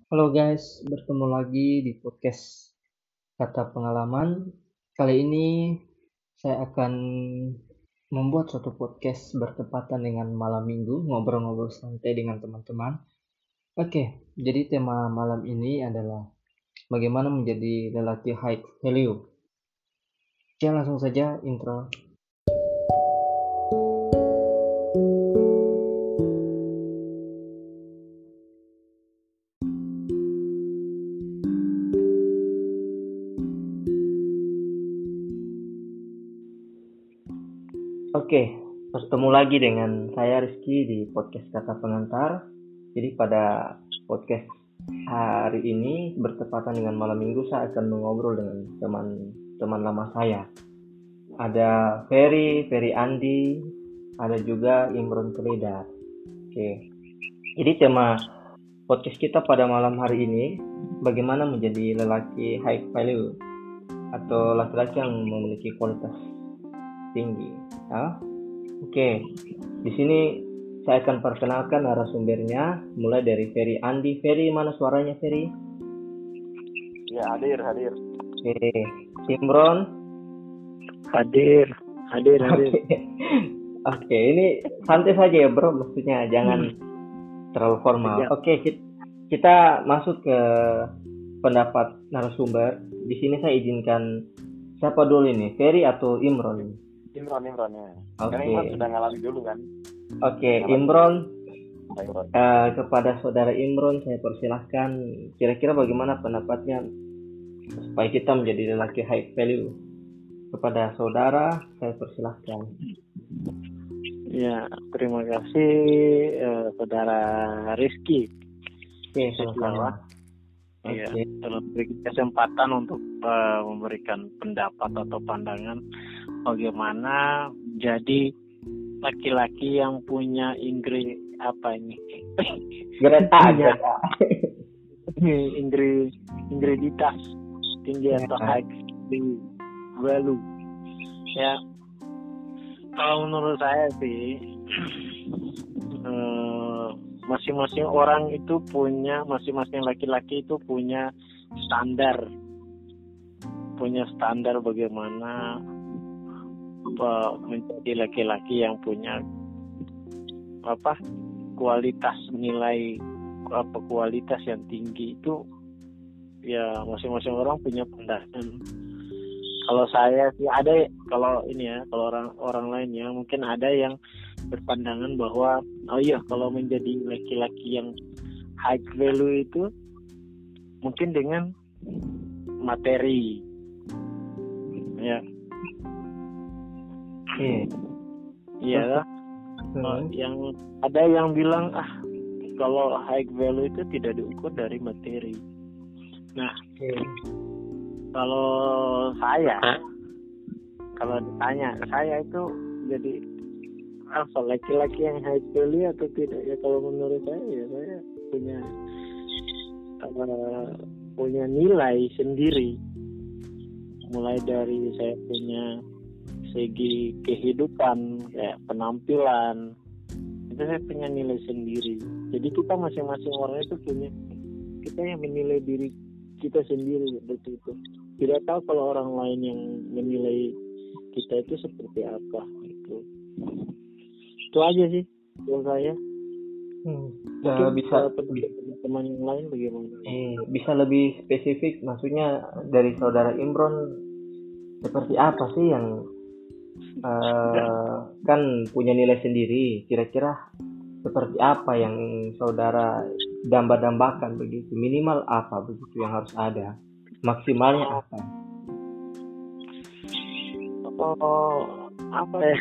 Halo guys, bertemu lagi di podcast Kata Pengalaman. Kali ini saya akan membuat suatu podcast bertepatan dengan malam minggu, ngobrol-ngobrol santai dengan teman-teman. Oke, jadi tema malam ini adalah bagaimana menjadi lelaki high value. Oke, langsung saja intro. Oke, bertemu lagi dengan saya Rizky di podcast Kata Pengantar. Jadi pada podcast hari ini bertepatan dengan malam minggu saya akan mengobrol dengan teman-teman lama saya. Ada Ferry Andi, ada juga Imron Keledar. Oke. Jadi tema podcast kita pada malam hari ini bagaimana menjadi lelaki high value atau laki-laki yang memiliki kualitas tinggi. Ya? Oke. Di sini saya akan perkenalkan narasumbernya mulai dari Ferry Andi. Ferry, mana suaranya Ferry? Ya, hadir. Oke. Imron. Hadir. Oke. Oke, ini santai saja ya bro, maksudnya jangan terlalu formal. Ya. Oke, kita masuk ke pendapat narasumber. Di sini saya izinkan siapa dulu ini, Ferry atau Imron? Imron ya. Oke. Karena Imron sudah ngalami dulu kan. Oke, Imron. Imron. Kepada saudara Imron saya persilahkan kira-kira bagaimana pendapatnya supaya kita menjadi lelaki high value. Kepada saudara saya persilahkan. Ya, terima kasih saudara Rizky. Oke, sama-sama. Iya, Oke. telah beri kesempatan untuk memberikan pendapat atau pandangan bagaimana jadi laki-laki yang punya Greta. ingreditas tinggi atau high value. Ya, kalau menurut saya sih masing-masing orang itu masing-masing laki-laki itu punya standar bagaimana menjadi laki-laki yang punya kualitas yang tinggi itu. Ya, masing-masing orang punya pandangan. Kalau saya sih ada, kalau orang lain ya mungkin ada yang berpandangan bahwa kalau menjadi laki-laki yang high value itu mungkin dengan materi. Ya. Iya. Yang ada yang bilang kalau high value itu tidak diukur dari materi. Nah, kalau ditanya saya itu jadi laki-laki yang high value atau tidak, ya kalau menurut saya saya punya nilai sendiri, mulai dari saya punya segi kehidupan kayak penampilan itu saya punya nilai sendiri. Jadi kita masing-masing orang itu kita yang menilai diri kita sendiri seperti itu. Tidak tahu kalau orang lain yang menilai kita itu seperti apa itu. Itu aja sih kalau saya. Bisa teman yang lain bagaimana? Bisa lebih spesifik, maksudnya dari saudara Imron seperti apa sih yang kan punya nilai sendiri, kira-kira seperti apa yang saudara dambakan begitu, minimal apa begitu yang harus ada, maksimalnya apa? Apa ya?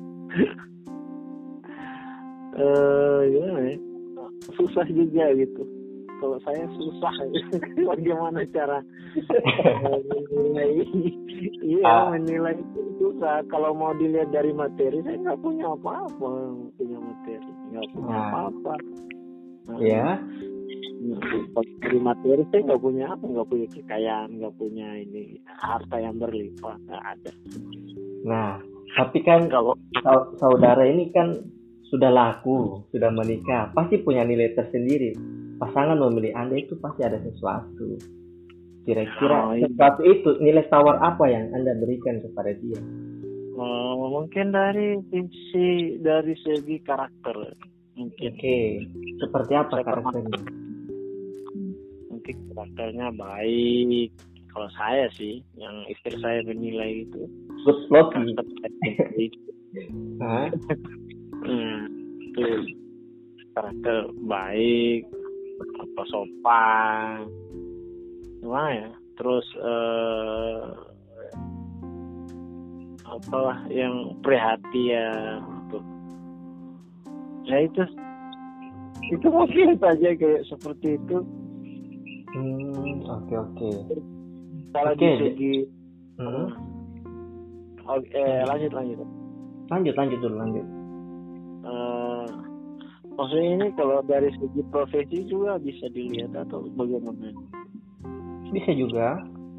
Gimana ya? Susah juga gitu. Kalau saya susah bagaimana cara menilai. Menilai itu susah. Kalau mau dilihat dari materi, saya nggak punya apa-apa. Nggak punya apa-apa. Ya. Dari materi saya nggak punya kekayaan, nggak punya harta yang berlimpah, nggak ada. Nah, tapi kan kalau saudara ini kan sudah laku, sudah menikah, pasti punya nilai tersendiri. pasangan memilih Anda itu pasti ada sesuatu. Kira-kira iya. sesuatu itu nilai tawar apa yang Anda berikan kepada dia? Mungkin dari segi karakter mungkin. Oke, seperti apa karakternya? Mungkin karakternya baik. Kalau saya sih, yang istri saya menilai itu Good looking. Hah? Itu karakter baik, apa sopan, gimana ya? Terus apalah yang perhatian untuk ya itu mungkin saja kayak seperti itu. Oke. Kalau di segi lanjut dulu. Maksudnya ini kalau dari segi profesi juga bisa dilihat atau bagaimana? Bisa juga.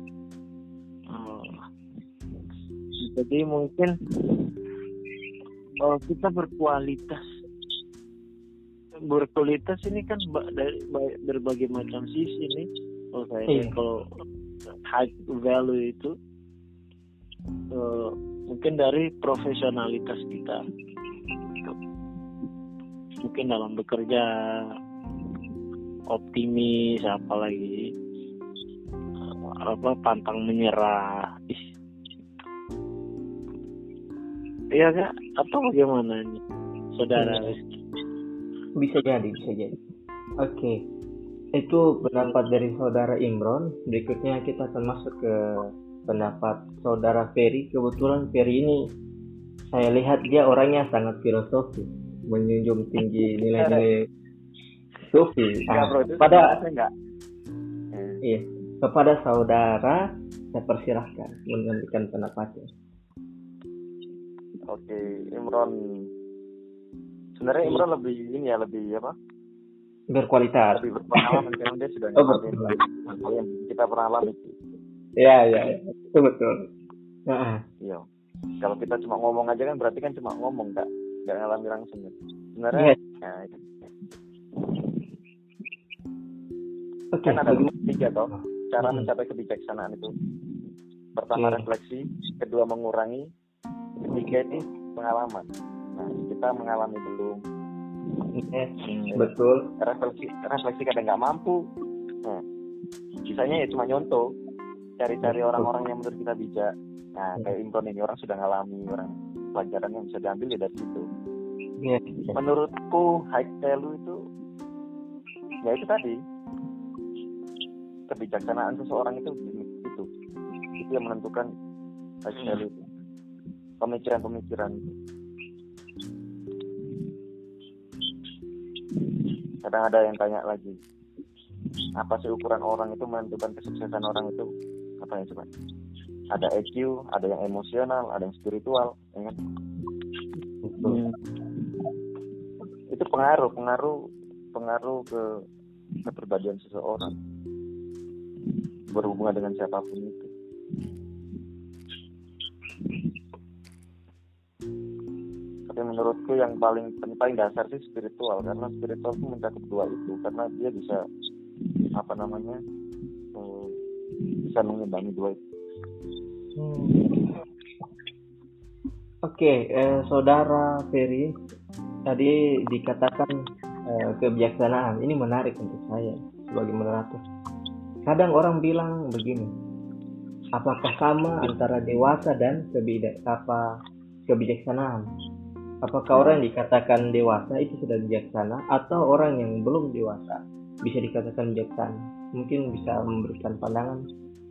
Jadi mungkin kalau kita berkualitas ini kan dari berbagai macam sisi nih. Kalau saya kalau high value itu mungkin dari profesionalitas kita, mungkin dalam bekerja optimis, apalagi pantang menyerah, iya kak? Atau bagaimana nih, saudara Rizky? Bisa jadi. Oke. Itu pendapat dari saudara Imron. Berikutnya kita akan masuk ke pendapat saudara Ferry. Kebetulan Ferry ini saya lihat dia orangnya sangat filosofis, menjunjung tinggi nilai-nilai sufi. Kepada saudara saya persilahkan menyampaikan pendapatnya. Oke, Imron. Sebenarnya Imron lebih berkualitas. Lebih berpengalaman karena dia sudah ngalamin hal yang kita pernah alami. Iya, itu betul. Iya. Kalau kita cuma ngomong aja kan berarti kan cuma ngomong, nggak ngalami langsung. Sebenarnya, kan ada 3 toh cara mencapai kebijaksanaan itu. Pertama refleksi, kedua mengurangi, ketiga ini pengalaman. Nah, kita mengalami belum. Betul. Refleksi kadang nggak mampu. Sisanya ya cuma nyontoh, cari-cari orang-orang yang menurut kita bijak. Nah, kayak Imron ini orang sudah ngalami, orang pelajaran yang bisa diambil ya dari situ. Menurutku high value itu ya itu tadi, kebijaksanaan seseorang itu yang menentukan high value itu. Pemikiran kadang ada yang tanya lagi, apa sih ukuran orang itu menentukan kesuksesan orang itu? Apa ya coba? Ada EQ, ada yang emosional, ada yang spiritual, ya kan? Itu pengaruh ke kepribadian seseorang, berhubungan dengan siapapun itu. Tapi menurutku yang paling dasar sih spiritual, karena spiritual itu mencakup 2 itu, karena dia bisa bisa mengimbangi 2 itu. Oke, saudara Ferry, tadi dikatakan kebijaksanaan. Ini menarik untuk saya sebagai moderator. Kadang orang bilang begini, apakah sama antara dewasa dan kebijaksanaan? Apakah orang yang dikatakan dewasa itu sudah bijaksana, atau orang yang belum dewasa bisa dikatakan bijaksana? Mungkin bisa memberikan pandangan.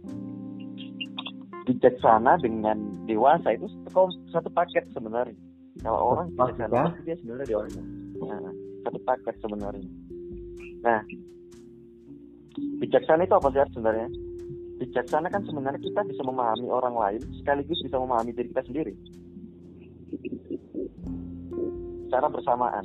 Bijaksana dengan dewasa itu satu paket sebenarnya. Kalau orang bijaksana dia sebenarnya dewasa. Nah, satu paket sebenarnya. Nah, bijaksana itu apa sih sebenarnya? Bijaksana kan sebenarnya kita bisa memahami orang lain sekaligus bisa memahami diri kita sendiri secara bersamaan.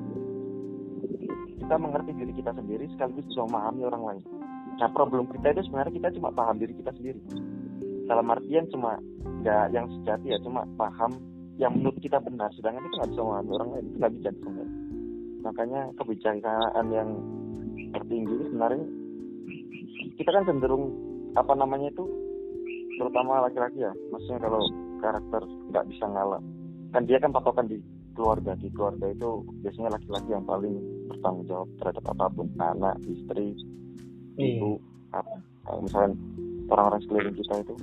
Kita mengerti diri kita sendiri sekaligus bisa memahami orang lain. Nah, problem kita itu sebenarnya kita cuma paham diri kita sendiri. Dalam artian cuma yang sejati ya cuma paham yang menurut kita benar, sedangkan kita nggak bisa memahami orang lain, itu nggak bijak sebenarnya. Makanya kebijaksanaan yang tertinggi sebenarnya kita kan cenderung apa namanya itu, terutama laki-laki ya, maksudnya kalau karakter nggak bisa ngalah kan, dia kan patokan di keluarga itu biasanya laki-laki yang paling bertanggung jawab terhadap apapun, anak, istri, ibu, apa misalnya orang-orang sekeliling kita itu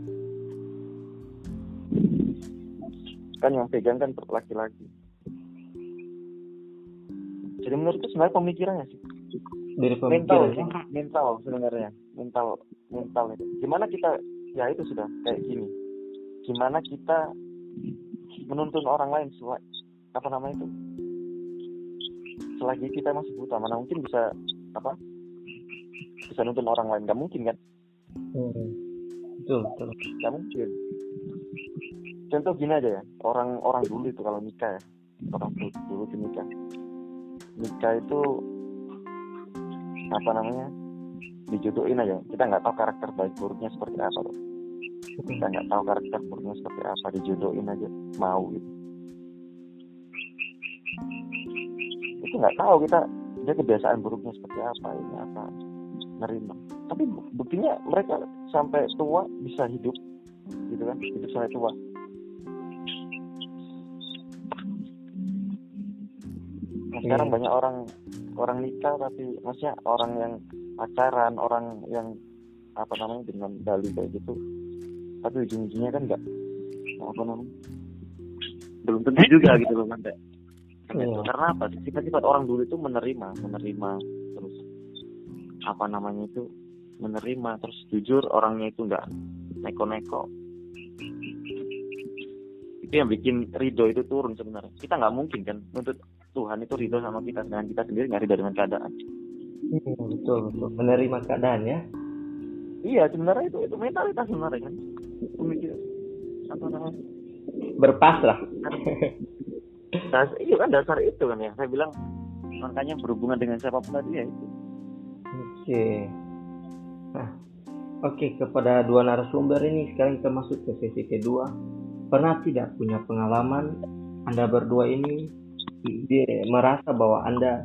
kan yang pegang kan laki-laki. Jadi menurutku sebenarnya pemikirannya sih dari mental pemikiran. mental itu gimana kita, ya itu sudah kayak gini, gimana kita menuntun orang lain apa namanya itu, selagi kita masih buta, mana mungkin bisa nuntun orang lain, nggak mungkin kan? Betul. Nggak mungkin. Contoh gini aja ya, orang dulu itu kalau nikah ya, orang dulu itu nikah itu apa namanya, dijodohin aja, kita nggak tahu karakter baik buruknya seperti apa loh. Kita nggak tahu karakter buruknya seperti apa, dijodohin aja mau gitu. Itu nggak tahu dia kebiasaan buruknya seperti apa, ini apa, nerima. Tapi buktinya mereka sampai tua bisa hidup gitu kan, hidup sampai tua. Nah, sekarang banyak orang nikah tapi maksudnya orang yang pacaran, orang yang apa namanya dengan dalih kayak gitu, tapi ujung-ujungnya kan nggak apa namanya, belum tentu juga gitu loh kan. Karena apa? Sifat-sifat orang dulu itu menerima terus apa namanya itu, menerima terus jujur, orangnya itu nggak neko-neko. Itu yang bikin ridho itu turun sebenarnya. Kita nggak mungkin kan untuk Tuhan itu ridho sama kita, dengan kita sendiri nggak ridho dengan keadaan. Betul. Menerima keadaan ya. Iya, sebenarnya itu mentalitas sebenarnya kan. Pemikiran apa namanya? Berpasrah. Iya kan, dasar itu kan ya. Saya bilang makanya berhubungan dengan siapapun tadi ya itu. Oke, kepada dua narasumber ini sekarang kita masuk ke sesi kedua. Pernah tidak punya pengalaman Anda berdua ini merasa bahwa Anda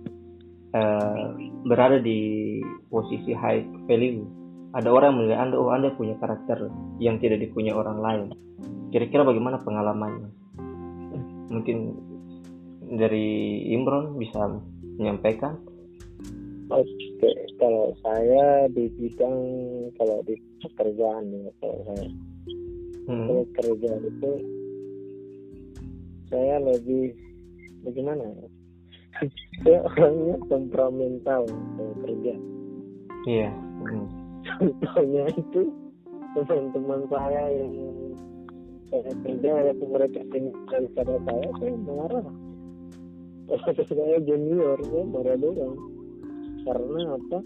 berada di posisi high value? Ada orang menilai Anda, Anda punya karakter yang tidak dipunyai orang lain. Kira-kira bagaimana pengalamannya? Mungkin dari Imron bisa menyampaikan. Oke, kalau saya di bidang, kalau di pekerjaan ya, kalau saya pekerjaan itu saya lebih bagaimana ya? Saya orangnya temperamental kalau kerja. Iya. Contohnya itu teman-teman saya yang saya kerja, waktu mereka tinggal pada saya marah. Waktu saya junior, saya marah doang. Karena apa?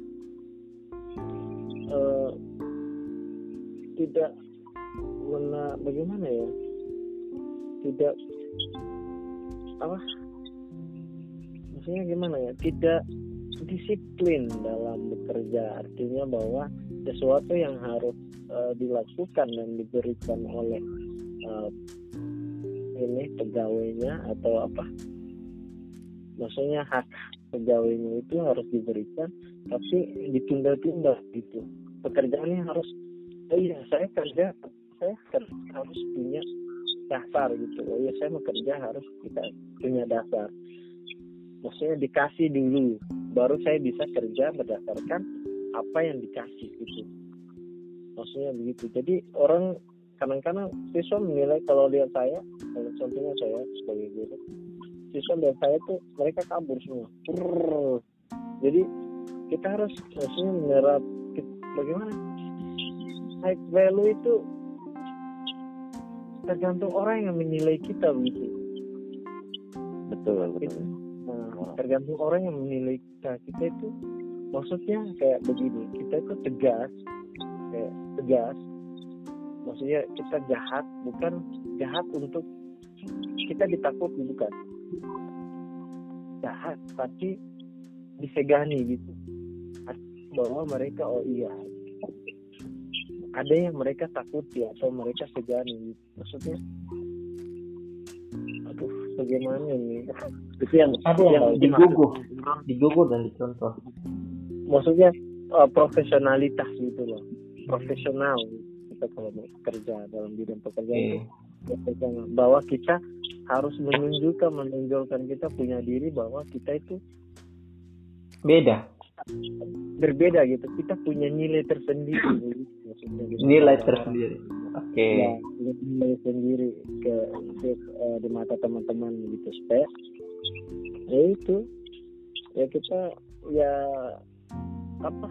Tidak bagaimana ya? Tidak apa? Maksudnya gimana ya? Tidak disiplin dalam bekerja. Artinya bahwa sesuatu yang harus dilakukan dan diberikan oleh pegawainya atau apa? Maksudnya hak pegawainya itu harus diberikan, tapi ditunda-tunda gitu. Pekerjaannya harus, saya kerja harus punya dasar gitu. Saya bekerja harus kita punya dasar. Maksudnya dikasih dulu, baru saya bisa kerja berdasarkan apa yang dikasih gitu. Maksudnya begitu. Jadi orang kadang-kadang siswa menilai, kalau lihat saya, kalau contohnya saya sebagai guru, siswa lihat saya tuh mereka kabur semua. Jadi kita harus maksudnya menyerap bagaimana high value itu tergantung orang yang menilai kita begitu. Betul. Nah, tergantung orang yang menilai kita itu maksudnya kayak begini, kita itu tegas, maksudnya kita jahat, bukan jahat untuk kita ditakuti, bukan jahat tapi disegani gitu, bahwa mereka ada yang mereka takuti atau mereka segani gitu. Maksudnya bagaimana nih? Itu yang ada yang digugur dan dicontoh. Maksudnya profesionalitas gitu loh, profesional kita kalau mau kerja dalam bidang pekerjaan itu bahwa kita harus menonjolkan kita punya diri bahwa kita itu berbeda gitu, kita punya nilai tersendiri gitu. Maksudnya gitu, nilai tersendiri. Ya, nilai sendiri di mata teman-teman gitu, supaya ya itu ya kita ya apa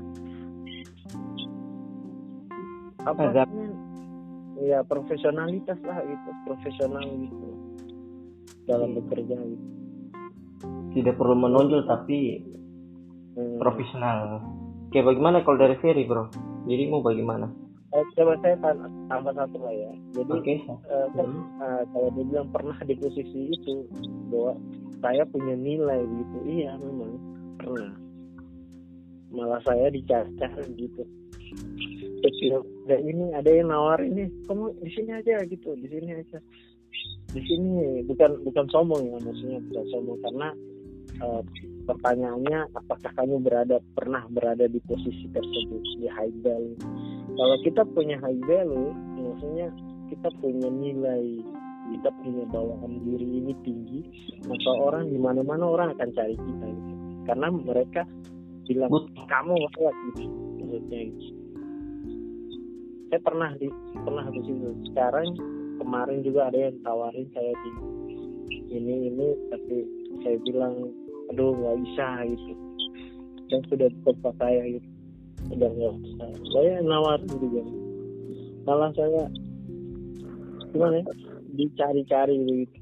ya profesionalitas lah itu, profesional gitu dalam bekerja gitu. Tidak perlu menonjol tapi profesional. Oke, bagaimana kalau dari Ferry, bro? Jadi mau bagaimana? Coba saya tambah satu lah ya. Jadi kalau dia bilang pernah di posisi itu bahwa saya punya nilai gitu, iya memang pernah. Malah saya dicacah gitu. Dan ini ada yang nawarin nih, kamu di sini aja gitu, di sini aja. Di sini bukan sombong ya, maksudnya bukan sombong karena pertanyaannya apakah kamu pernah berada di posisi tersebut di high value. Kalau kita punya high value, maksudnya kita punya nilai, kita punya bawaan diri ini tinggi, maka orang di mana-mana orang akan cari kita gitu. Karena mereka bilang kamu layak gitu, maksudnya gitu. Saya pernah di situ. Sekarang kemarin juga ada yang tawarin saya di ini tapi saya bilang aduh nggak bisa gitu, dan sudah di tempat saya gitu, udah nggak bisa. Saya nawarin juga, malah saya gimana ya, dicari-cari begitu,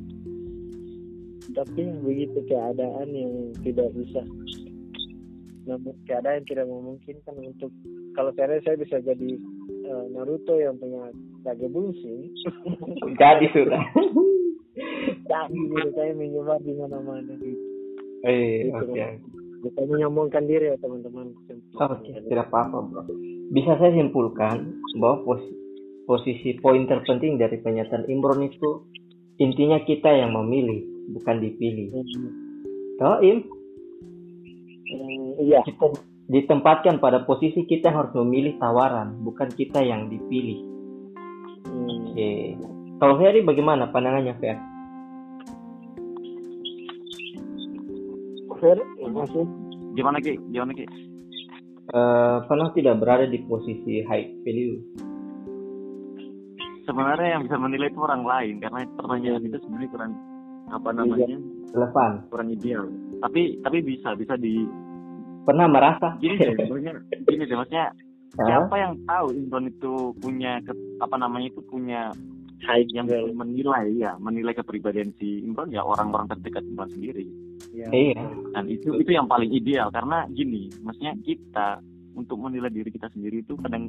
tapi begitu keadaan yang tidak bisa, keadaan tidak memungkinkan untuk, kalau saya bisa jadi Naruto yang punya kage bunshin. Jadi sudah. Jadi saya menyebar di mana-mana gitu. Oke. Kita menyombongkan diri ya teman-teman. Oke, tidak apa-apa, bro. Bisa saya simpulkan bahwa posisi poin terpenting dari pernyataan Imron itu intinya kita yang memilih, bukan dipilih. Tahu, Im? Iya. Kita ditempatkan pada posisi kita harus memilih tawaran, bukan kita yang dipilih. Oke. Kalau Ferry bagaimana pandangannya, Fer? Maksud gimana Ki? Pernah tidak berada di posisi high value? Sebenarnya yang bisa menilai itu orang lain, karena pertanyaan itu sebenarnya kurang relevan, kurang ideal. Tapi bisa di. Pernah merasa? Gini deh, maksudnya siapa yang tahu Imron itu punya punya yang menilai kepribadian si Imron ya orang-orang terdekat Imron sendiri. Iya. Dan itu yang paling ideal, karena gini, maksudnya kita untuk menilai diri kita sendiri itu kadang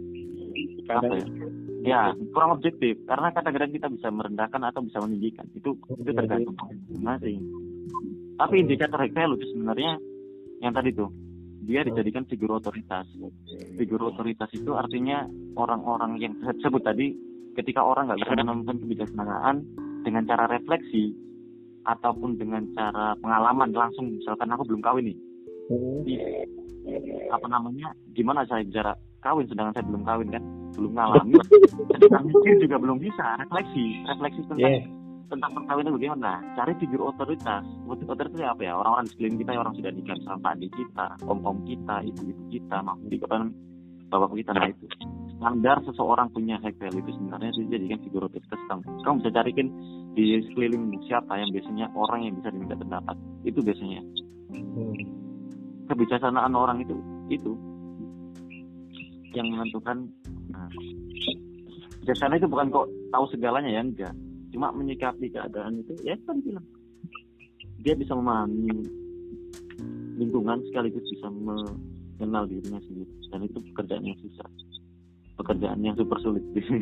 kurang objektif, karena kadang-kadang kita bisa merendahkan atau bisa meninggikan. Itu tergantung masing-masing. Tapi indikator high value itu sebenarnya yang tadi tuh, dia dijadikan figur otoritas. Figur otoritas itu artinya orang-orang yang saya sebut tadi, ketika orang nggak bisa menemukan kebijaksanaan dengan cara refleksi ataupun dengan cara pengalaman langsung, misalkan aku belum kawin nih, gimana saya bicara kawin sedangkan saya belum kawin kan, belum ngalami, sedangkan mikir juga belum bisa refleksi tentang perkawinan bagaimana. Cari figur otoritas. Otoritas itu apa ya? Orang-orang di sekeliling kita yang orang sudah nikah, misalnya pak adik kita, om kita, ibu kita, bapak kita. Nah itu standar seseorang punya high value itu sebenarnya dijadikan figur otoritas. Kamu bisa carikan di sekelilingmu siapa yang biasanya orang yang bisa diminta pendapat. Itu biasanya kebijaksanaan orang itu yang menentukan. Nah, bijaksana itu bukan kok tahu segalanya ya, enggak. Cuma menyikapi keadaan itu, ya kan bilang dia bisa memahami lingkungan sekaligus bisa mengenal dirinya sendiri, dan itu pekerjaan yang susah, pekerjaan yang super sulit.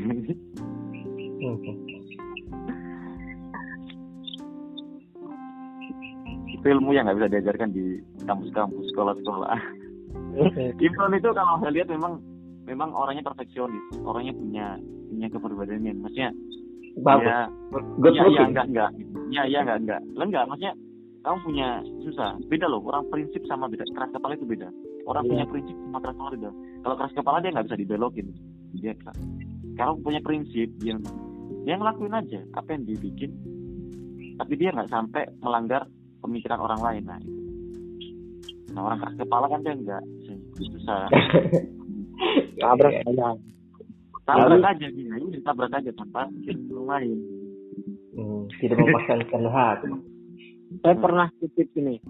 Itu ilmu yang nggak bisa diajarkan di kampus-kampus, sekolah-sekolah. Imron itu kalau saya lihat memang orangnya perfeksionis, orangnya punya kepribadian, maksudnya Bagus. Ya, Good ya looking. enggak. Lah enggak, maksudnya kamu punya susah. Beda loh, orang prinsip sama beda. Keras kepala itu beda. Orang punya prinsip sama keras kepala beda. Kalau keras kepala dia nggak bisa dibelokin. Dia kalau punya prinsip, dia ngelakuin aja apa yang dia bikin, tapi dia nggak sampai melanggar pemikiran orang lain. Nah, orang keras kepala kan dia nggak susah. Tabrak aja. Tabrak aja dia, tabrak aja tanpa lumayan. Tidak memaksakan hati. Saya pernah kutip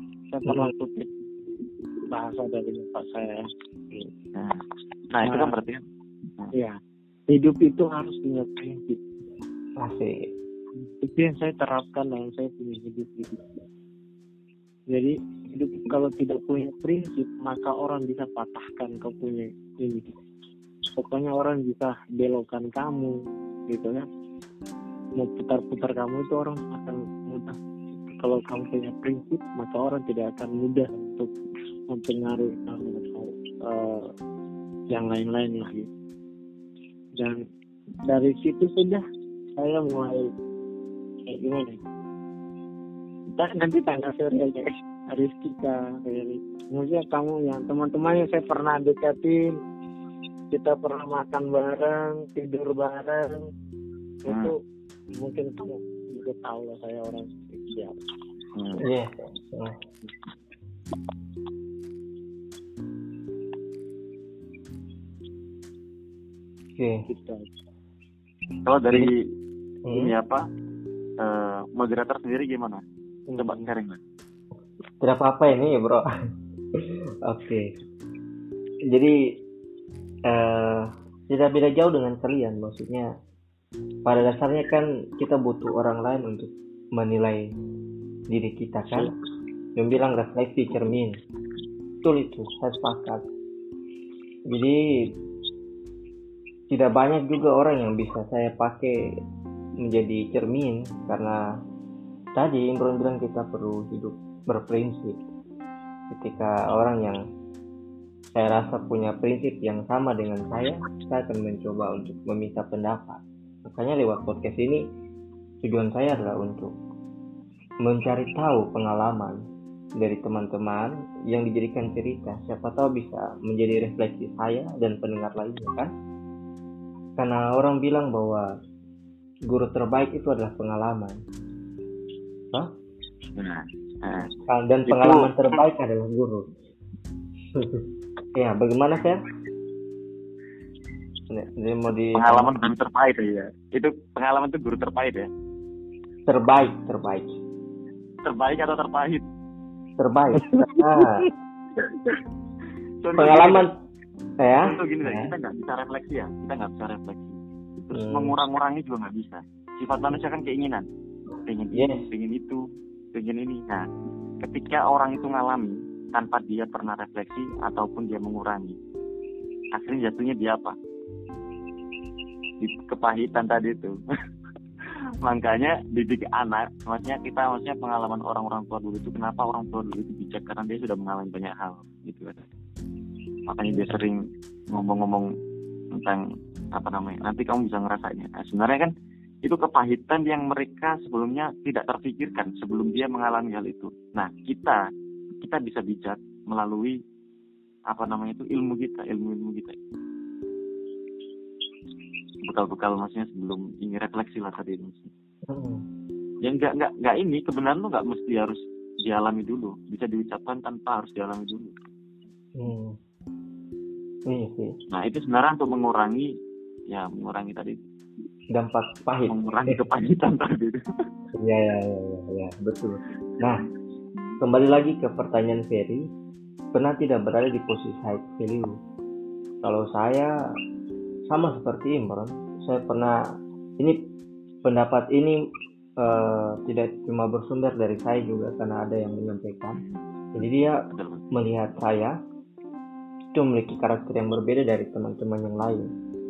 bahasa dari bapak saya. Nah, itu kan berarti kan. Iya. Hidup itu harus punya prinsip. Asik. Itu yang saya terapkan dalam saya punya hidup. Jadi hidup kalau tidak punya prinsip, maka orang bisa patahkan kau punya ini. Pokoknya orang bisa belokkan kamu, gitu kan. Mau putar-putar kamu itu orang akan mudah. Kalau kamu punya prinsip, maka orang tidak akan mudah untuk mempengaruhi kamu atau yang lain-lain lagi. Dan dari situ sudah saya mulai kayak gimana? Nanti tanya Ferry aja, Rizky Kak. Maksudnya kamu yang teman-teman yang saya pernah dekatin, kita pernah makan bareng, tidur bareng, itu mungkin kamu juga tahu lah saya orang siapa. Iya. Oke. Kalau dari ini apa moderator sendiri gimana? Coba sharing lah. Tidak apa-apa ini ya bro. Oke. Jadi tidak beda jauh dengan kalian. Maksudnya pada dasarnya kan kita butuh orang lain untuk menilai diri kita kan. Yang bilang refleksi cermin. Betul itu, saya sepakat. Jadi tidak banyak juga orang yang bisa saya pakai menjadi cermin, karena tadi Imron bilang kita perlu hidup berprinsip. Ketika orang yang saya rasa punya prinsip yang sama dengan saya akan mencoba untuk meminta pendapat. Makanya lewat podcast ini tujuan saya adalah untuk mencari tahu pengalaman dari teman-teman yang dijadikan cerita. Siapa tahu bisa menjadi refleksi saya dan pendengar lainnya kan. Karena orang bilang bahwa guru terbaik itu adalah pengalaman. Dan pengalaman terbaik adalah guru. Ya, bagaimana Fer? Pengalaman guru terbaik ya. Itu pengalaman itu guru terbaik ya. Terbaik. Terbaik atau terpahit? Terbaik. Nah, pengalaman saya. Contoh gini lah, kita nggak bisa refleksi ya. Kita nggak bisa refleksi. Terus mengurang-ngurangi juga nggak bisa. Sifat manusia kan keinginan. Pengen itu, pengen ini. Nah, ketika orang itu ngalami tanpa dia pernah refleksi ataupun dia mengurangi, akhirnya jatuhnya dia apa? Di kepahitan tadi itu. Makanya didik anak, maksudnya pengalaman orang-orang tua dulu itu, kenapa orang tua dulu itu bijak, karena dia sudah mengalami banyak hal gitu kan. Makanya dia sering ngomong-ngomong tentang nanti kamu bisa ngerasainnya. Nah, sebenarnya kan itu kepahitan yang mereka sebelumnya tidak terpikirkan sebelum dia mengalami hal itu. Nah, kita bisa bijak melalui ilmu kita. Bekal-bekal maksudnya sebelum ini refleksi lah tadi ini. Ya enggak ini kebenaran lu enggak mesti harus dialami dulu, bisa diucapkan tanpa harus dialami dulu. Iya sih. Nah, itu sebenarnya untuk mengurangi tadi dampak pahit, mengurangi kepahitan tadi. Ya, betul. Nah, kembali lagi ke pertanyaan Ferry, pernah tidak berada di posisi high value? Kalau saya sama seperti Imron, saya pernah. Ini pendapat ini tidak cuma bersumber dari saya juga, karena ada yang menyampaikan. Jadi dia melihat saya itu memiliki karakter yang berbeda dari teman-teman yang lain.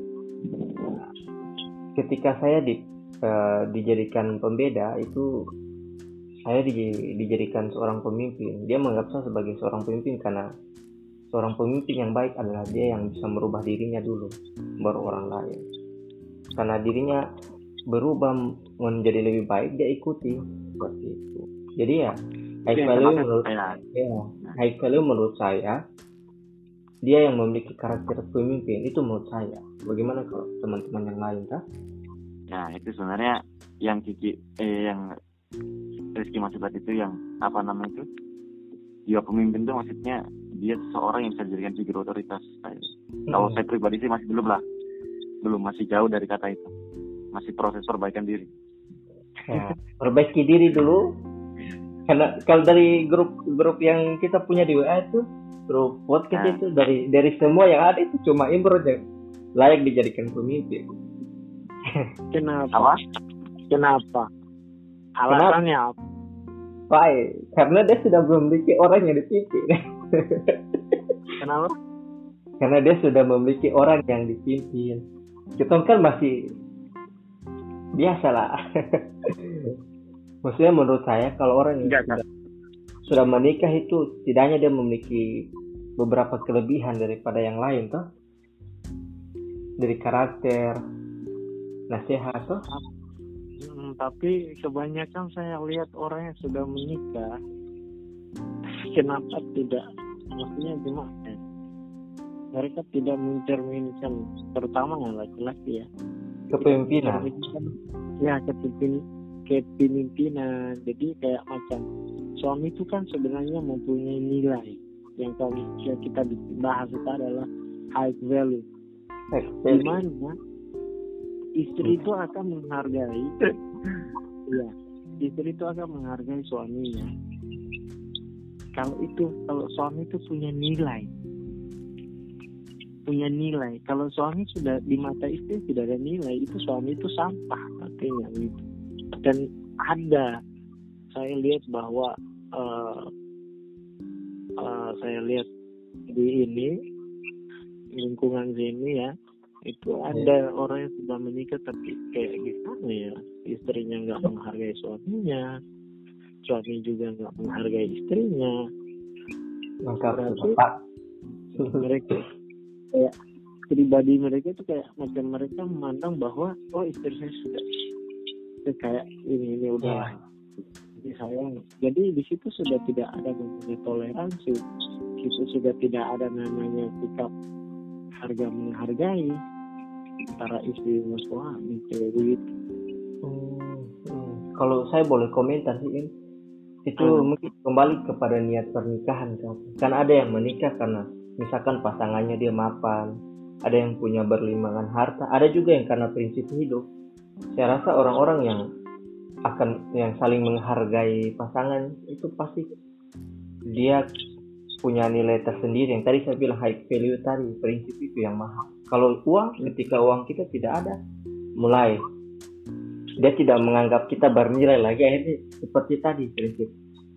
Ketika saya dijadikan pembeda, itu saya dijadikan seorang pemimpin. Dia menganggap saya sebagai seorang pemimpin, karena seorang pemimpin yang baik adalah dia yang bisa merubah dirinya dulu, baru orang lain. Karena dirinya berubah menjadi lebih baik, dia ikuti seperti itu. Jadi ya high value menurut saya dia yang memiliki karakter pemimpin, itu menurut saya. Bagaimana kalau teman-teman yang lain kah? Ya itu sebenarnya yang yang Rizky maksud tadi itu, yang apa namanya itu, jiwa pemimpin itu maksudnya dia seseorang yang bisa dijadikan figur otoritas. Kalau saya pribadi sih masih belum, masih jauh dari kata itu, masih proses perbaikan diri. Ya, perbaiki diri dulu. Karena kalau dari grup yang kita punya di WA itu, grup podcast itu, dari semua yang ada itu cuma Imron yang layak dijadikan pemimpin. Kenapa? Alasannya apa? Baik, karena dia sudah memiliki orang yang dipimpin. Kenapa? Karena dia sudah memiliki orang yang dipimpin. Kita kan masih biasa lah. Maksudnya menurut saya kalau orang yang sudah menikah itu setidaknya dia memiliki beberapa kelebihan daripada yang lain toh. Dari karakter, nasihat toh. Tapi kebanyakan saya lihat orang yang sudah menikah, kenapa tidak, maksudnya gimana? Mereka tidak mencerminkan, terutama laki-laki ya, kepemimpinan. Ya, kepemimpinan. Jadi kayak macam suami itu kan sebenarnya mempunyai nilai yang kalau kita bahas itu adalah high value. Di mana istri itu akan menghargai, ya, istri itu akan menghargai suaminya. Kalau suami itu punya nilai. Kalau suami sudah di mata istri tidak ada nilai, itu suami itu sampah artinya gitu. Dan saya lihat bahwa saya lihat di lingkungan sini ya, itu ada orang yang sudah menikah tapi kayak gimana ya, istrinya nggak menghargai suaminya, suami juga nggak menghargai istrinya. Berarti mereka kayak pribadi mereka itu kayak macam mereka memandang bahwa istri saya sudah kayak ini udah disayang. Jadi di situ sudah tidak ada namanya toleransi, itu sudah tidak ada namanya sikap harga menghargai antara istri dan suami begitu. Kalau saya boleh komentar sih, itu mungkin kembali kepada niat pernikahan kan. Kan ada yang menikah karena misalkan pasangannya dia mapan, ada yang punya berlimpah harta, ada juga yang karena prinsip hidup. Saya rasa orang-orang yang saling menghargai pasangan itu pasti dia punya nilai tersendiri. Yang tadi saya bilang high value tadi, prinsip itu yang mahal. Kalau ketika uang kita tidak ada, mulai dia tidak menganggap kita bernilai lagi, akhirnya seperti tadi prinsip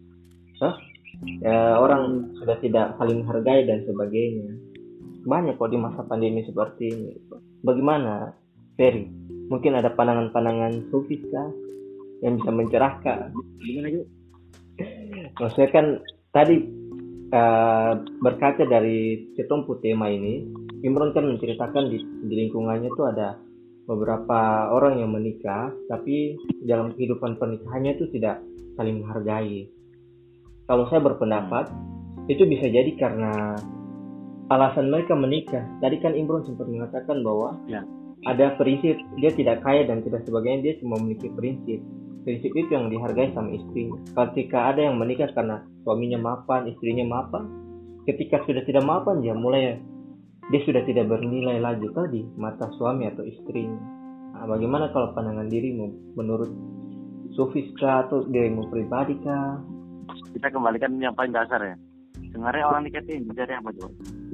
orang sudah tidak saling menghargai dan sebagainya. Banyak kok di masa pandemi seperti ini. Bagaimana Ferry? Mungkin ada pandangan-pandangan sufis kah yang bisa mencerahkan? Gimana gitu? Maksudnya kan tadi berkaca dari cetumpu tema ini, Imron kan menceritakan di lingkungannya itu ada beberapa orang yang menikah, tapi dalam kehidupan pernikahannya itu tidak saling menghargai. Kalau saya berpendapat, itu bisa jadi karena alasan mereka menikah. Tadi kan Imron sempat mengatakan bahwa ada prinsip, dia tidak kaya dan tidak sebagainya, dia cuma memiliki prinsip. Prinsip itu yang dihargai sama istrinya. Ketika ada yang menikah karena suaminya mapan, istrinya mapan, ketika sudah tidak mapan, dia sudah tidak bernilai lagi di mata suami atau istrinya. Nah, bagaimana kalau pandangan dirimu menurut sufis kah atau dirimu pribadi kah? Kita kembalikan yang paling dasar ya. Sebenarnya orang nikah itu mencari apa coba?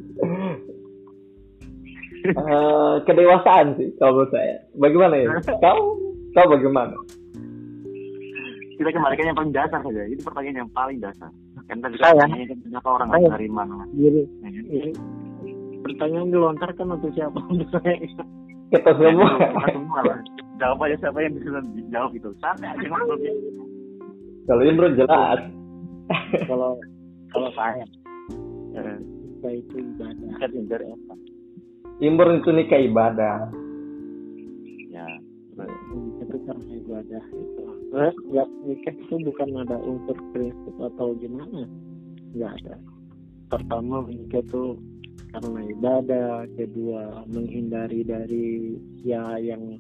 Kedewasaan sih kalau menurut saya. Bagaimana ya? Kau bagaimana? Kita kembalikan yang paling dasar saja. Itu pertanyaan yang paling dasar. Kan tadi pertanyaannya kan kenapa orang nggak terima? Pertanyaan dilontarkan untuk siapa? Kita semua. Jawab aja siapa yang bisa jawab itu. Santai aja ngobrolnya. Kalau Imron jelas. Kalau saya, nikah itu ibadah. Dari apa? Imron itu nikah ibadah. Ya. ibadah itu. Nggak, nikah itu bukan ada unsur prinsip atau gimana, nggak ada. Pertama nikah itu karena ibadah, kedua menghindari dari ya yang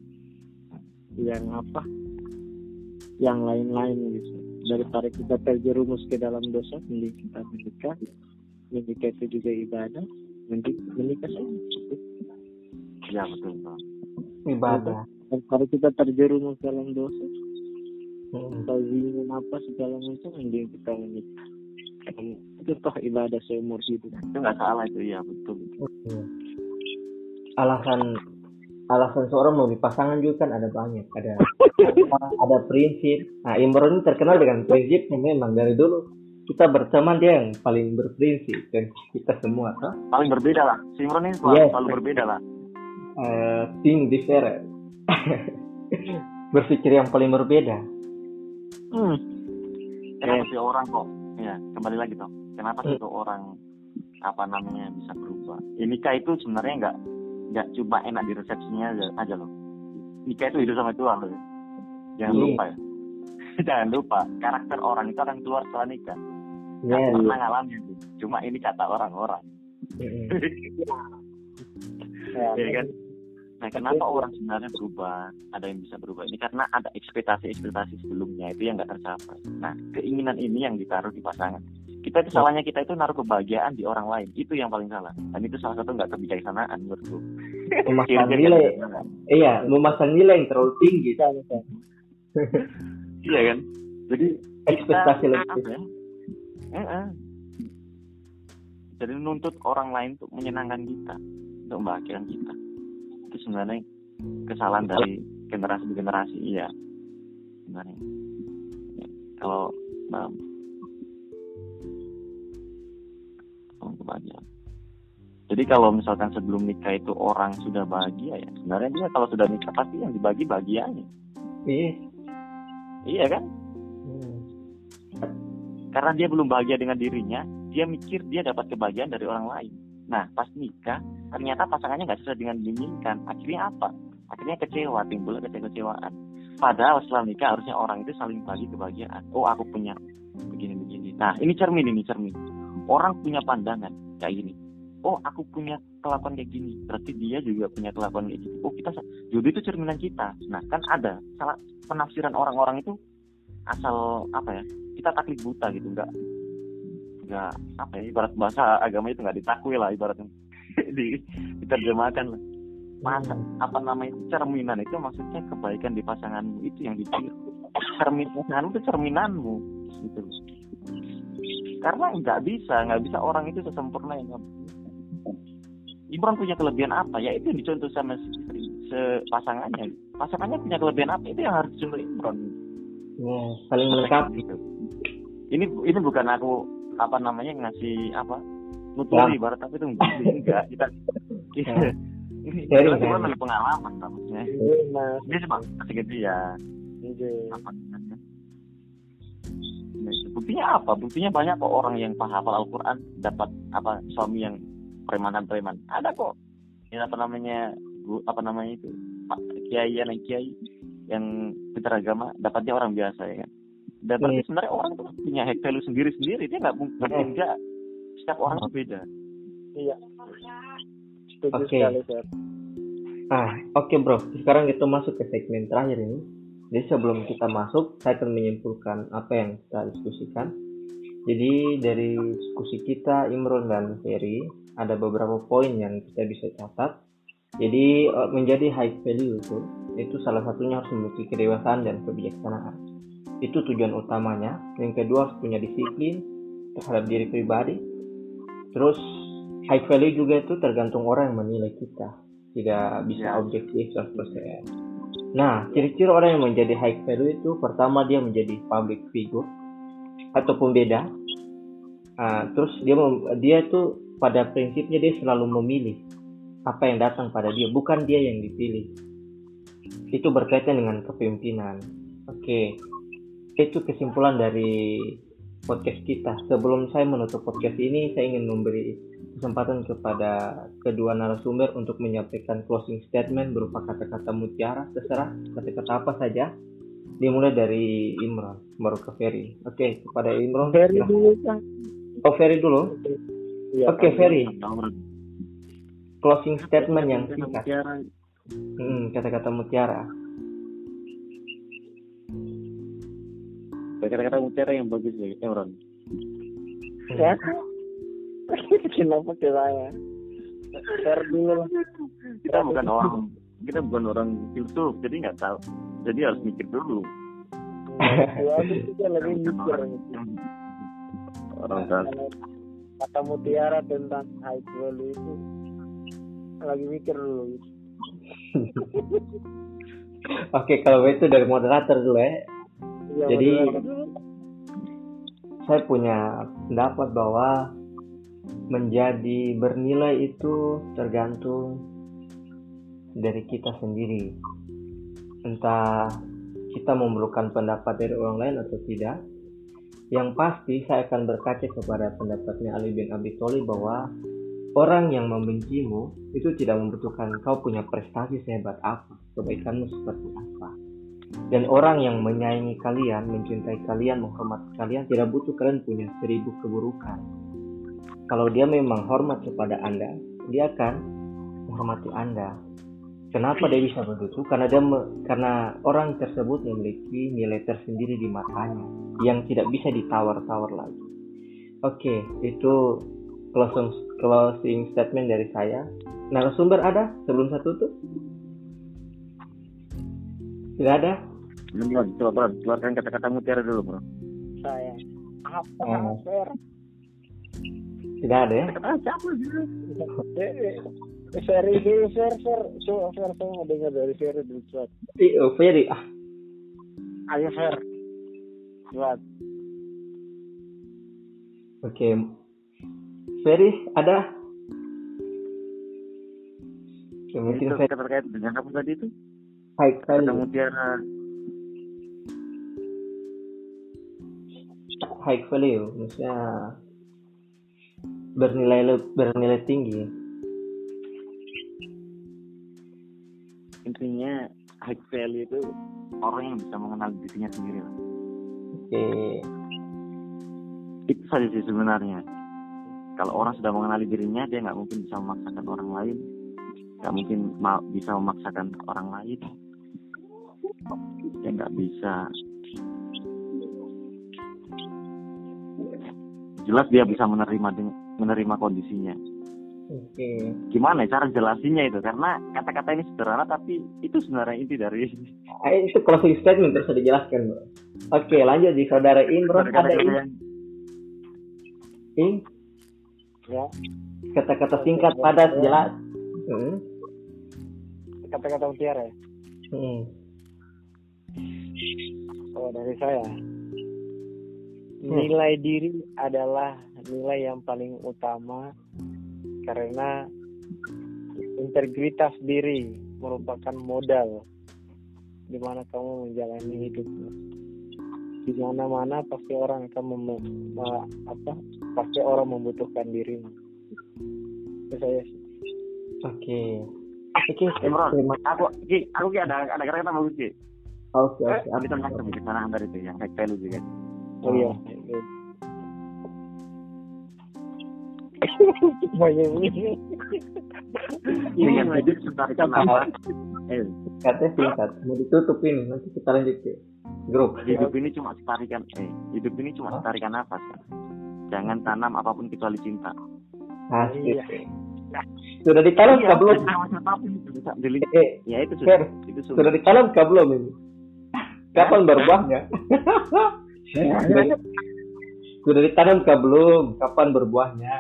lain-lain gitu. Daripada kita terjerumus ke dalam dosa, mending kita menikah. Menikah itu juga ibadah, menikah saja. Ya betul Bang. Ibadah. Dan kalau kita terjerumus dalam dosa, atau ingin apa segala macam, mending kita menikah. Itu toh ibadah seumur hidup. Itu nggak salah itu, ya betul. Alasan seorang mau pasangan juga kan ada banyak, ada prinsip. Nah, Imron ini terkenal dengan prinsipnya. Memang dari dulu kita berteman, dia yang paling berprinsip dan kita semua kan paling berbeda lah. Si Imron ini selalu berbeda lah. Think different. Berpikir yang paling berbeda. Kenapa sih orang kok? Ya kembali lagi toh. Kenapa sih orang bisa berubah? Nikah itu sebenarnya nggak cuma enak di resepsinya aja loh. Nikah itu hidup sama Tuhan loh. Jangan lupa ya. Jangan lupa karakter orang itu akan keluar setelah nikah. Nggak pernah ngalamin itu. Cuma ini kata orang-orang. Ya kan. Nah, kenapa orang sebenarnya berubah? Ada yang bisa berubah ini karena ada ekspektasi sebelumnya itu yang nggak tercapai. Nah, keinginan ini yang ditaruh di pasangan. Salahnya kita itu naruh kebahagiaan di orang lain. Itu yang paling salah. Dan itu salah satu nggak kebijaksanaan menurutku. Memasang nilai yang terlalu tinggi. Iya kan? Jadi ekspektasi lebih. Jadi nuntut orang lain untuk menyenangkan kita, untuk membahagiakan kita. Itu sebenarnya kesalahan dari generasi ke generasi. Iya. Sebenarnya. Kalau kebahagiaan. Jadi kalau misalkan sebelum nikah itu orang sudah bahagia, ya sebenarnya dia kalau sudah nikah pasti yang dibagi bahagianya. Iya kan? Karena dia belum bahagia dengan dirinya, dia mikir dia dapat kebahagiaan dari orang lain. Nah, pas nikah, ternyata pasangannya nggak sesuai dengan diinginkan. Akhirnya apa? Akhirnya kecewa, timbul kekecewaan. Padahal setelah nikah harusnya orang itu saling bagi kebahagiaan. Oh, aku punya begini-begini. Nah, ini cermin. Orang punya pandangan kayak gini. Oh, aku punya kelakuan kayak gini. Berarti dia juga punya kelakuan kayak gini. Oh, jodoh itu cerminan kita. Nah, kan ada salah penafsiran orang-orang itu asal kita taklid buta gitu, enggak ibarat bahasa agama itu nggak ditakwi lah ibaratnya. Diterjemahkan lah. Masa cerminan itu maksudnya kebaikan di pasanganmu itu yang ditiru. Cerminanmu itu cerminanmu gitu. Karena nggak bisa orang itu sesempurna yang Imron punya kelebihan apa? Ya itu yang dicontoh sama pasangannya. Pasangannya punya kelebihan apa? Itu yang harus dicontoh Imron. Saling melengkapi. Ini bukan aku ngasih nuturi barat, tapi itu enggak kita ini cuma dari pengalaman maksudnya. Dia cuma segitu ya. Buktinya apa? Buktinya banyak kok orang yang hafal Al-Quran dapat suami yang preman. Ada kok. Itu kiai yang pintar agama dapatnya orang biasa ya kan. Dan berarti sebenarnya orang itu punya hak value sendiri. Dia nggak mungkin enggak. Setiap orang itu beda. Iya. Oke bro. Sekarang kita masuk ke segmen terakhir ini. Jadi sebelum kita masuk, saya akan menyimpulkan apa yang kita diskusikan. Jadi dari diskusi kita, Imron dan Ferry, ada beberapa poin yang kita bisa catat. Jadi menjadi high value itu salah satunya harus memiliki kedewasaan dan kebijaksanaan. Itu tujuan utamanya. Yang kedua harus punya disiplin terhadap diri pribadi. Terus high value juga itu tergantung orang yang menilai kita. Tidak bisa objektif 100%. Nah, ciri-ciri orang yang menjadi high value itu pertama dia menjadi public figure ataupun beda. Terus dia itu pada prinsipnya dia selalu memilih apa yang datang pada dia, bukan dia yang dipilih. Itu berkaitan dengan kepemimpinan. Oke. Itu kesimpulan dari podcast kita. Sebelum saya menutup podcast ini, saya ingin memberi kesempatan kepada kedua narasumber untuk menyampaikan closing statement berupa kata-kata mutiara, terserah kata-kata apa saja Dimulai dari Imron, baru ke Ferry. Oke, kepada Imron. Ferry ya. dulu kan. Oh, Ferry dulu. Iya, Oke, Ferry. Orang Closing statement yang kata singkat. mutiara. Kata-kata mutiara. Kata-kata mutiara yang bagus ya, Imron. Ya. Kenapa ke saya? Ferry dulu lah. Kita bukan orang filsuf, jadi nggak tahu. Jadi harus mikir dulu. Ya, aku juga lagi mikir. Orang kan. Kata mutiara tentang high value itu lagi mikir dulu. Oke, kalau itu dari moderator dulu ya. Ya, Jadi dulu. saya punya pendapat bahwa menjadi bernilai itu tergantung dari kita sendiri. Entah kita memerlukan pendapat dari orang lain atau tidak. Yang pasti saya akan berkaca kepada pendapatnya Ali bin Abi Thalib bahwa orang yang membencimu itu tidak membutuhkan kau punya prestasi sehebat apa, kebaikanmu seperti apa. Dan orang yang menyayangi kalian, mencintai kalian, menghormati kalian tidak butuh kalian punya 1000 keburukan. Kalau dia memang hormat kepada Anda, dia akan menghormati Anda. Kenapa dia bisa begitu? Karena orang tersebut memiliki nilai tersendiri di matanya yang tidak bisa ditawar-tawar lagi. Oke, itu closing statement dari saya. Narasumber ada sebelum saya tutup? Tidak ada? Coba bro, keluarkan kata-kata mutiara dulu bro. Saya. Apa Fer? Tidak ada ya? Kata siapa sih? Ferry dulu, Fer. Coba Fer, saya mau dengar dari Ferry dulu. Ferry. Ayo Fer. Buat. Oke. Ferry ada? Mungkin Itu kata terkait dengan apa tadi itu? High Kata value. mutiara. High value, maksudnya bernilai tinggi. Intinya high value itu orang yang bisa mengenal dirinya sendiri lah. Oke. Itu saja sih sebenarnya. Kalau orang sudah mengenali dirinya, dia nggak mungkin bisa memaksakan orang lain, nggak mungkin bisa memaksakan orang lain, dia nggak bisa. Jelas dia bisa menerima kondisinya. Oke. Gimana cara jelasinnya itu? Karena kata-kata ini sederhana, tapi itu sebenarnya inti dari Itu closing statement terus dijelaskan, bro. Oke, lanjut di saudara Imron. Ada Ya. kata-kata singkat padat jelas. Kata-kata mutiara ya. Oh, dari saya. Nilai diri adalah nilai yang paling utama karena integritas diri merupakan modal di mana kamu menjalani hidupmu. Di mana-mana pasti orang akan pasti orang membutuhkan dirimu. Itu saya sih. Oke. Imron, aku ada kata-kata bagus sih. Oke. Kita tentang kebijaksanaan dari itu yang high value juga. Oh iya. Banyak ini. Ini hidup setarikan apa? Katanya singkat. Mau ditutup ini, nanti kita lanjut ke grup. Hidup ini cuma setarikan nafas. Jangan tanam apapun kecuali cinta. Asik. Sudah ditanam kah belum? Ya itu sudah. Sudah ditanam kah belum ini? Kapan berbuahnya? Sudah ditanam kah belum? Kapan berbuahnya?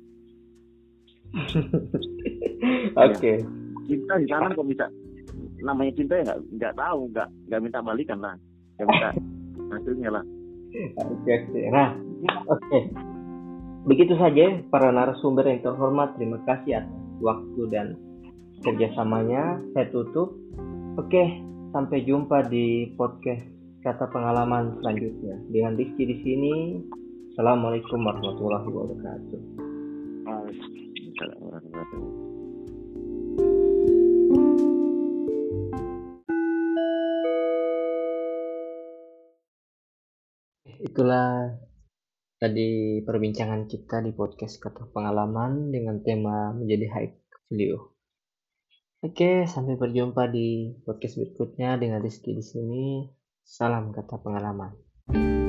Oke. Cinta ditanam kok bisa. Namanya cinta ya nggak tahu, nggak minta balikan lah, nggak minta hasilnya lah. Oke. Nah, oke. Begitu saja para narasumber yang terhormat. Terima kasih atas waktu dan kerjasamanya. Saya tutup. Oke, sampai jumpa di podcast Kata Pengalaman selanjutnya dengan Rizky di sini. Assalamualaikum warahmatullahi wabarakatuh. Waalaikumsalam. itulah tadi perbincangan kita di podcast Kata Pengalaman dengan tema menjadi high value. Oke, sampai berjumpa di podcast berikutnya dengan Rizky di sini. Salam Kata Pengalaman.